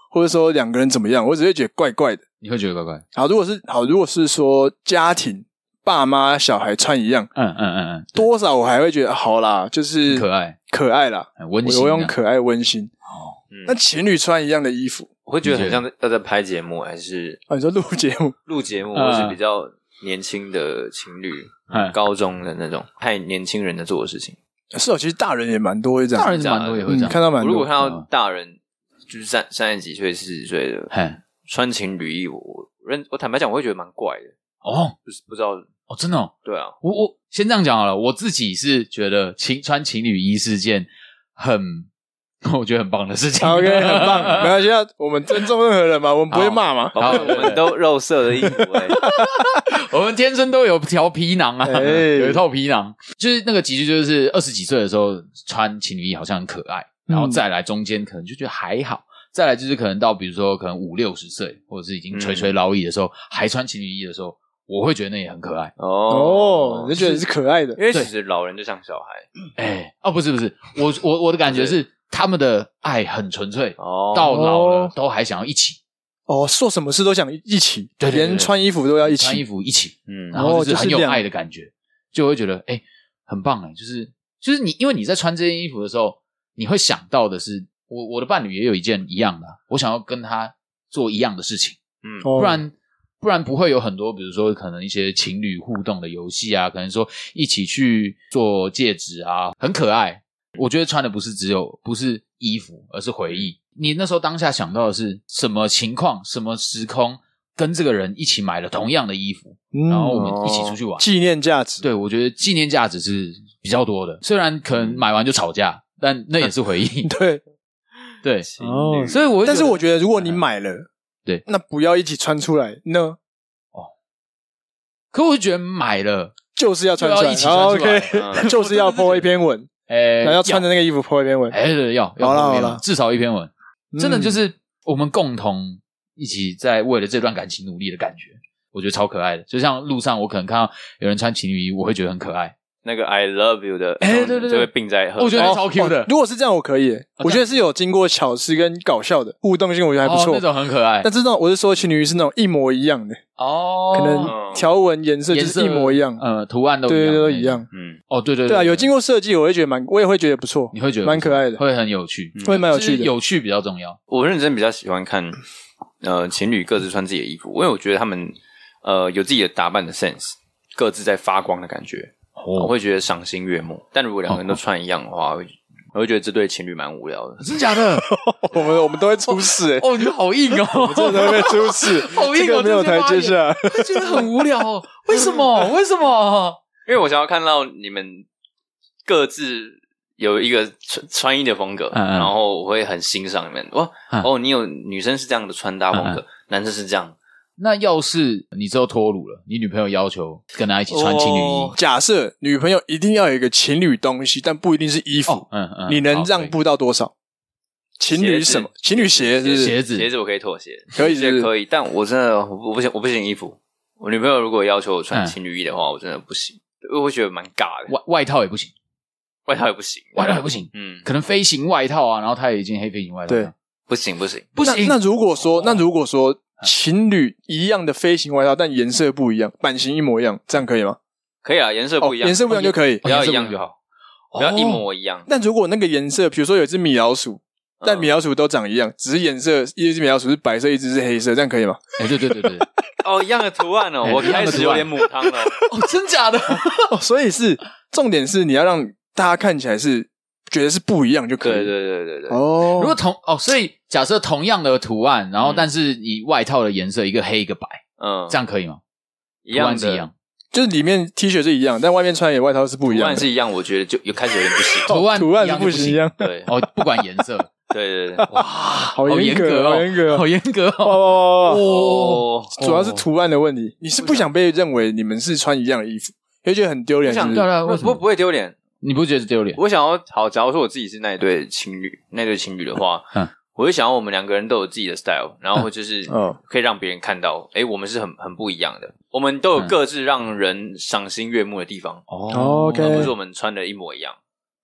或者说两个人怎么样，我只会觉得怪怪的。 你会觉得怪怪？ 好，如果是好，如果是说家庭爸妈小孩穿一样， 嗯嗯嗯嗯， 多少我还会觉得好啦，就是可爱可爱啦， 温馨。 我用可爱温馨。 哦， 那情侣穿一样的衣服， 我会觉得很像要在拍节目，还是哦？你说录节目， 录节目，或是比较年轻的情侣， 嗯， 高中的那种，太年轻人的做的事情。 是哦，其实大人也蛮多会这样， 大人蛮多也会这样， 嗯、看到蛮多。 如果看到大人就是三三十几岁、四十岁的，穿情侣衣，我我我坦白讲，我会觉得蛮怪的哦， 就是不知道哦，真的哦， 对啊， 我我先这样讲好了，我自己是觉得情穿情侣衣是件很我觉得很棒的事情。 OK， 很棒，没关系，我们尊重任何人嘛，我们不会骂嘛。 好，我们都肉色的衣服、欸， 我们天生都有条皮囊啊， 欸、 有一套皮囊。就是那个集聚，就是二十几岁的时候穿情侣衣好像很可爱，然后再来中间可能就觉得还好。再来就是可能到比如说可能五六十岁，或者是已经垂垂老矣的时候、嗯，还穿情侣衣的时候，我会觉得那也很可爱哦。你就觉得是可爱的， 因为其实老人就像小孩。 哎、欸，哦，不是不是，我我我的感觉是他们的爱很纯粹，哦，到老了都还想要一起。 哦，做什么事都想一起， 对对对对， 连穿衣服都要一起， 穿衣服一起，嗯，然后就是很有爱的感觉，就会觉得哎、欸，很棒哎，就是就是你，因为你在穿这件衣服的时候，你会想到的是。我我的伴侣也有一件一样的，我想要跟他做一样的事情，嗯，不然不然不会有很多，比如说可能一些情侣互动的游戏啊，可能说一起去做戒指啊，很可爱。我觉得穿的不是只有不是衣服，而是回忆。你那时候当下想到的是什么情况、什么时空，跟这个人一起买了同样的衣服，嗯、然后我们一起出去玩， 纪念价值。 对，我觉得纪念价值是比较多的，虽然可能买完就吵架，但那也是回忆。 对。 对，哦，所以我但是我觉得，如果你买了， 对， 那不要一起穿出来呢。 哦，可我就觉得买了就是要穿出来， 就要一起穿出来， okay, 嗯、就是要 po 一篇文， 哎， 然后要穿着那个衣服 po 一篇文， 哎，对，要，要好了好了， 至少一篇文，嗯、真的就是我们共同一起在为了这段感情努力的感觉，我觉得超可爱的。就像路上我可能看到有人穿情侣衣，我会觉得很可爱。 那个 I love you 的， 哎，对对对， 就会并在合。 我觉得超 Q 的、 哦哦。如果是这样，我可以、欸哦。我觉得是有经过巧思跟搞笑的互动性，我觉得还不错、 哦。那种很可爱。 但是那种我是说情侣是那种一模一样的哦， 可能条纹颜色就是一模一样， 呃，图案都对对都一样。 嗯，哦，对对对, 对, 对啊，有经过设计，我会觉得蛮，我也会觉得不错。 你会觉得蛮可爱的， 会很有趣， 嗯、会蛮有趣的。 有趣比较重要。 我认真比较喜欢看呃情侣各自穿自己的衣服，因为我觉得他们呃有自己的打扮的 sense， 各自在发光的感觉。Oh. 我会觉得赏心悦目，但如果两个人都穿一样的话， oh. 我会觉得这对情侣蛮无聊的。 真假的？ 我们我们都会出事、欸、 哦，你们好硬哦， 我们真的会出事， 好硬哦， 这个没有台阶下， 会觉得很无聊哦。为什么？为什么？ 因为我想要看到你们各自有一个穿穿衣的风格，嗯嗯然后我会很欣赏你们。哇、嗯，哦，你有女生是这样的穿搭风格，嗯嗯男生是这样。 那要是你之后脱乳了，你女朋友要求跟她一起穿情侣衣，哦、 假设女朋友一定要有一个情侣东西，但不一定是衣服，哦、嗯嗯，你能让步到多少？情侣什么？情侣鞋是不是？ 鞋子， 鞋子我可以妥协， 可以是是可以，但我真的我不行，我不行衣服。我女朋友如果要求我穿情侣衣的话，嗯、我真的不行，我会觉得蛮尬的。 外外套也不行， 外套也不行， 外套也不行，嗯，可能飞行外套啊，然后她也一件黑飞行外套， 对， 不行不行不行。那, 那如果说，那如果说。情侣一样的飞行外套，但颜色不一样，版型一模一样，这样可以吗？ 可以啊，颜色不一样， 颜、哦、色不一样就可以， 不要一样就好，不要一模一样。 但如果那个颜色，比如说有一只米老鼠，但米老鼠都长一样，只是颜色，一只米老鼠是白色，一只是黑色，这样可以吗？ 哎，对对对对， 哦，一样的图案哦，我开始有点母汤了， 哦，真假的？ 哦，所以是重点是你要让大家看起来是。觉得是不一样就可以， 对对对对对。 哦， 如果同哦，所以假设同样的图案，然后但是你外套的颜色一个黑一个白，嗯，这样可以吗？ 一样是一样， 就是里面 T 恤是一样，但外面穿的外套是不一样的。 图案是一样，我觉得就有开始有点不行。 图案图案是不行一样， 对哦，不管颜色， 对对对， 哇， 好严格，好严格， 好严格哦！哇哇哇哇！ 哦， 主要是图案的问题，你是不想被认为你们是穿一样的衣服，会觉得很丢脸， 不想对对，不不会丢脸。 你不觉得丢脸？ 我想要好，假如说我自己是那一对情侣，那对情侣的话，嗯，我会想要我们两个人都有自己的 style， 然后就是可以让别人看到，诶、嗯欸、我们是很很不一样的，我们都有各自让人赏心悦目的地方。 哦 ，OK， 而不是我们穿的一模一样。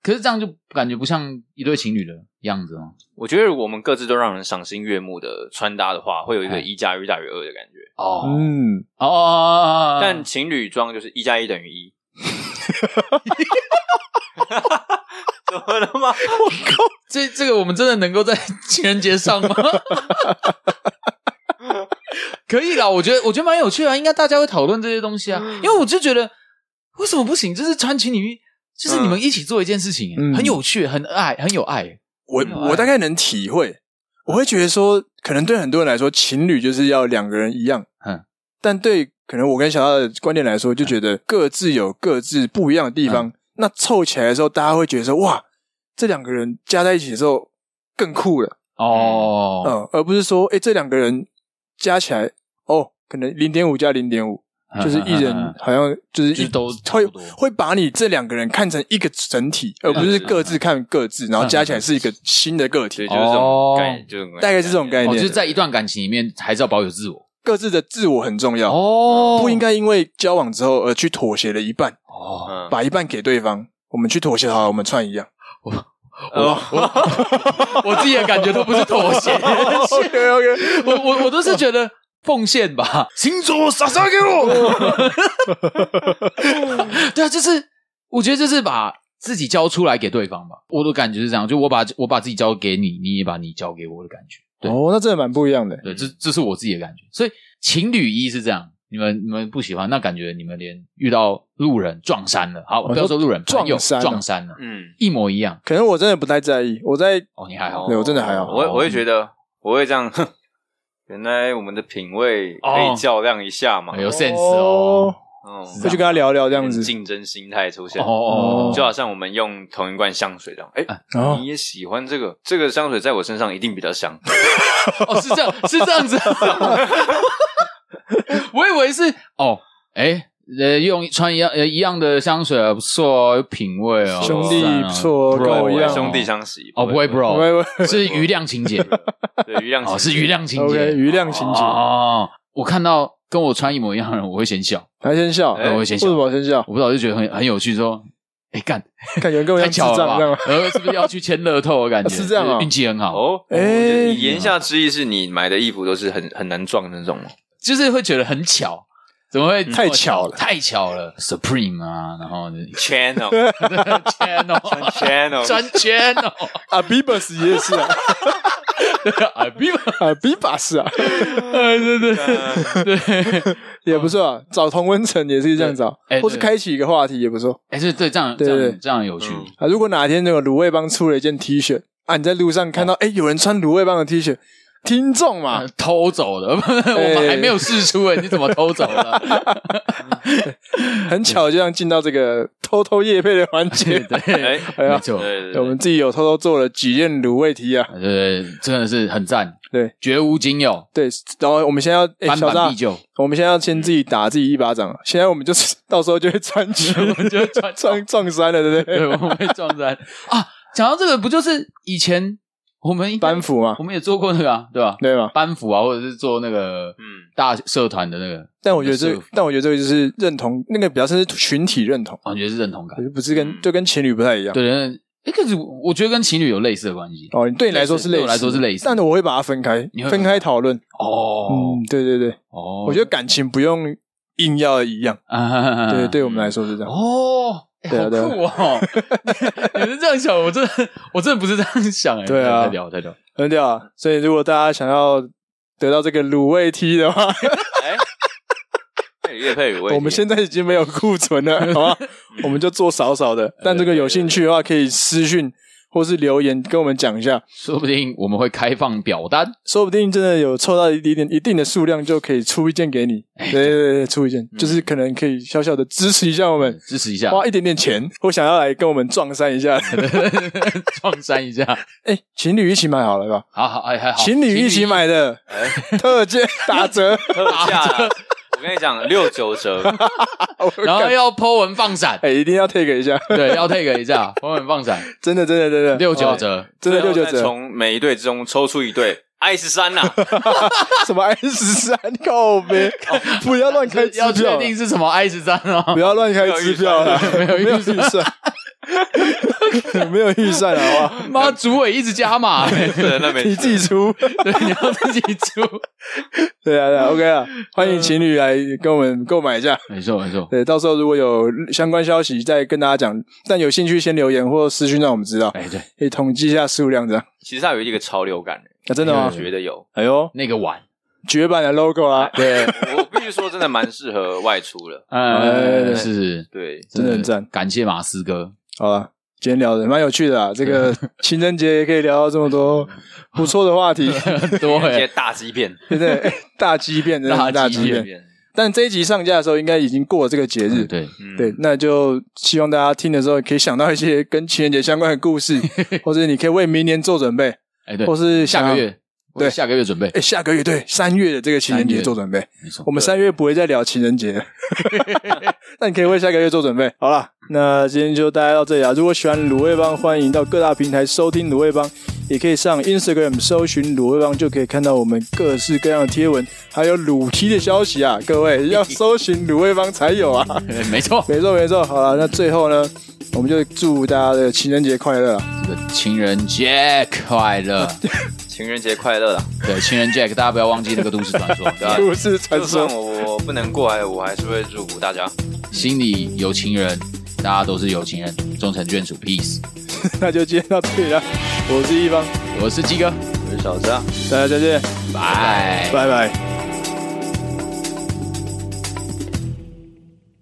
可是这样就感觉不像一对情侣的样子哦。 我觉得如果我们各自都让人赏心悦目的穿搭的话，会有一个一加一大于二的感觉。 哦， 嗯， 哦哦哦， 但情侣装就是一加一等于一。怎么了吗？ 我靠，这这个我们真的能够在情人节上吗？可以啦，我觉得我觉得蛮有趣的，应该大家会讨论这些东西啊。因为我就觉得为什么不行？就是穿情侣衣，就是你们一起做一件事情，嗯、很有趣，很爱，很有爱。 我我大概能体会，我会觉得说，可能对很多人来说，情侣就是要两个人一样，嗯，但对可能我跟小大的观点来说，就觉得各自有各自不一样的地方。嗯、那凑起来的时候，大家会觉得说，哇，这两个人加在一起的时候更酷了哦，嗯，而不是说，哎，这两个人加起来，哦，可能 零点五 加 零点五。就是一人好像就是一、 就是、都会会把你这两个人看成一个整体，而不是各自看各自，然后加起来是一个新的个体。 对，就是这种概念，就是大概是这种概念。 哦，就是在一段感情里面，还是要保有自我， 各自的自我很重要哦，不应该因为交往之后而去妥协了一半哦，把一半给对方，我们去妥协好了，我们穿一样。我我我, 我自己的感觉都不是妥协 ，OK OK， 我我我都是觉得。奉献吧，星座撒撒给我。对啊，就是我觉得就是把自己交出来给对方吧。我的感觉是这样，就我把我把自己交给你，你也把你交给我的感觉。对哦，那真的蛮不一样的。 对，这这是我自己的感觉。所以情侣衣是这样，你们你们不喜欢，那感觉你们连遇到路人撞衫了，好，不要说路人， 撞衫撞衫了，嗯，一模一样。 可能我真的不太在意，我在哦，你还好， 对我真的还好。 我我会觉得我会这样。原来我们的品味可以较量一下嘛， 哦、有 sense 哦， 嗯，会去跟他聊聊这样子， 竞争心态出现哦，就好像我们用同一罐香水这样，哎、欸哦，你也喜欢这个，这个香水在我身上一定比较香， 哦，是这样，是这样子，我以为是哦，哎、欸。呃，用穿一样呃一样的香水啊，不错哦，有品味哦， 兄弟不错，跟我一样， 兄弟相惜哦，不会 bro， 是余量情节， 对，余量情节、 哦、是余量情节， okay, 余量情节哦。我看到跟我穿一模一样的人，我会先笑， 还先笑， 欸、我会先笑， 为什么先笑？ 我不知道，就觉得很很有趣，说，哎干， 感觉跟我一样智障，这样吗？ 呃，是不是要去签乐透的感觉？ 是这样啊， 运气很好哦。哎、欸，你言下之意是你买的衣服都是很很难撞的那种吗？ 就是会觉得很巧。怎么会太巧了？ 太巧了 ，Supreme 啊，然后 Channel，Channel， 穿 Channel， Abibus 也是啊 ，Abibus 啊， 对对对， 也不错啊。找同温层也是这样找，或是开启一个话题也不错。 哎，是对，这样这样这样有趣啊。如果哪天那个卤味帮出了一件 T 恤啊，你在路上看到哎有人穿卤味帮的 T 恤。听众嘛、 呃，偷走的，我们还没有释出诶，你怎么偷走了？ 很巧，就这样进到这个偷偷业配的环节。 对，哎，没错， 我们自己有偷偷做了几件卤味题啊， 对，真的是很赞， 对， 绝无仅有。 对，然后我们现在要翻版必究， 我们现在要先自己打自己一巴掌。现在我们就是到时候就会穿去， 我们就会穿撞撞衫了，对不对？ 对，我们会撞衫啊。讲到这个，不就是以前？我们班服嘛， 我们也做过那个啊，对吧？ 对吧？ 班服啊，或者是做那个嗯大社团的那个。 但我觉得这个，但我觉得这个就是认同，那个比较像是群体认同。 我觉得是认同感， 不是跟、嗯、就跟情侣不太一样。 对，哎，可是我觉得跟情侣有类似的关系。 哦，对你来说是类似， 对我来说是类似， 但我会把它分开，分开讨论。 哦， 嗯，对对对，哦，我觉得感情不用硬要一样。啊、对，对我们来说是这样。 哦。欸、好酷哦！你是这样想，我真的，我真的不是这样想哎、欸。 对啊， 太屌，太屌， 很屌啊！所以如果大家想要得到这个卤味 T 的话， 哎，业配卤味 T， 我们现在已经没有库存了，好吧？我们就做少少的。但这个有兴趣的话，可以私讯或是留言跟我们讲一下， 说不定我们会开放表单， 说不定真的有凑到一定一定的数量，就可以出一件给你。对对对，出一件、嗯，就是可能可以小小的支持一下我们， 支持一下， 花一点点钱，或想要来跟我们撞衫一下， 撞衫一下。 哎、欸，情侣一起买好了吧？ 好好，哎，还好， 情侣一起买的，哎，特价打折， 特价。我跟你讲，六九折， 然后要 po 文放闪， 哎、欸，一定要 take 一下， 对，要 take 一下 po 文放闪， 真的，真的，真的， 六九折， 真的六九折， 从每一对之中抽出一对 I 十三 呐， 什么 I 十三？靠北，不要乱开支票， 要确定是什么 I 十三哦， 不要乱开支票啦， 没有预算， 没有预算好不好？ 妈，主委一直加码、欸， 对，那没你自己出， 对，你要自己出。 对啊，对啊 ，OK 啊，欢迎情侣来跟我们购买一下。 没错，没错。 对，到时候如果有相关消息再跟大家讲，但有兴趣先留言或私讯让我们知道。 哎，对， 可以统计一下数量这样。 其实它有一个潮流感、欸， 啊，真的吗？ 我觉得有。 哎呦， 那个碗。 绝版的 logo 啊， 对，我必须说真的蛮适合外出了， 呃，是， 对， 真的很赞， 感谢马斯哥。 好了，今天聊的蛮有趣的啊，这个情人节也可以聊到这么多不错的话题， 多一些大鸡片， 对不对？大鸡片，真的是大鸡片。但这一集上架的时候，应该已经过了这个节日， 嗯、对、 嗯、对，那就希望大家听的时候可以想到一些跟情人节相关的故事，或者你可以为明年做准备， 哎，对， 或是下个月。对，下个月准备。 哎，下个月对三月的这个情人节做准备。没错，我们三月不会再聊情人节，那你可以为下个月做准备。好啦，那今天就大家到这里啊。如果喜欢卤味帮，欢迎到各大平台收听卤味帮，也可以上 Instagram 搜寻卤味帮，就可以看到我们各式各样的贴文，还有卤 T 的消息啊。各位要搜寻卤味帮才有啊。 没错， 没错，没错。好了，那最后呢，我们就祝大家的情人节快乐啊！ 这个情人节快乐。 情人节快乐啦！ 对，情人节，大家不要忘记那个都市传说，对吧？ 都市传说， 就算我我不能过来，我还是会祝福大家， 心里有情人，大家都是有情人，终成眷属 ，peace。 那就今天到这里了，我是一方， 我是鸡哥， 我是小张， 大家再见， 拜拜拜。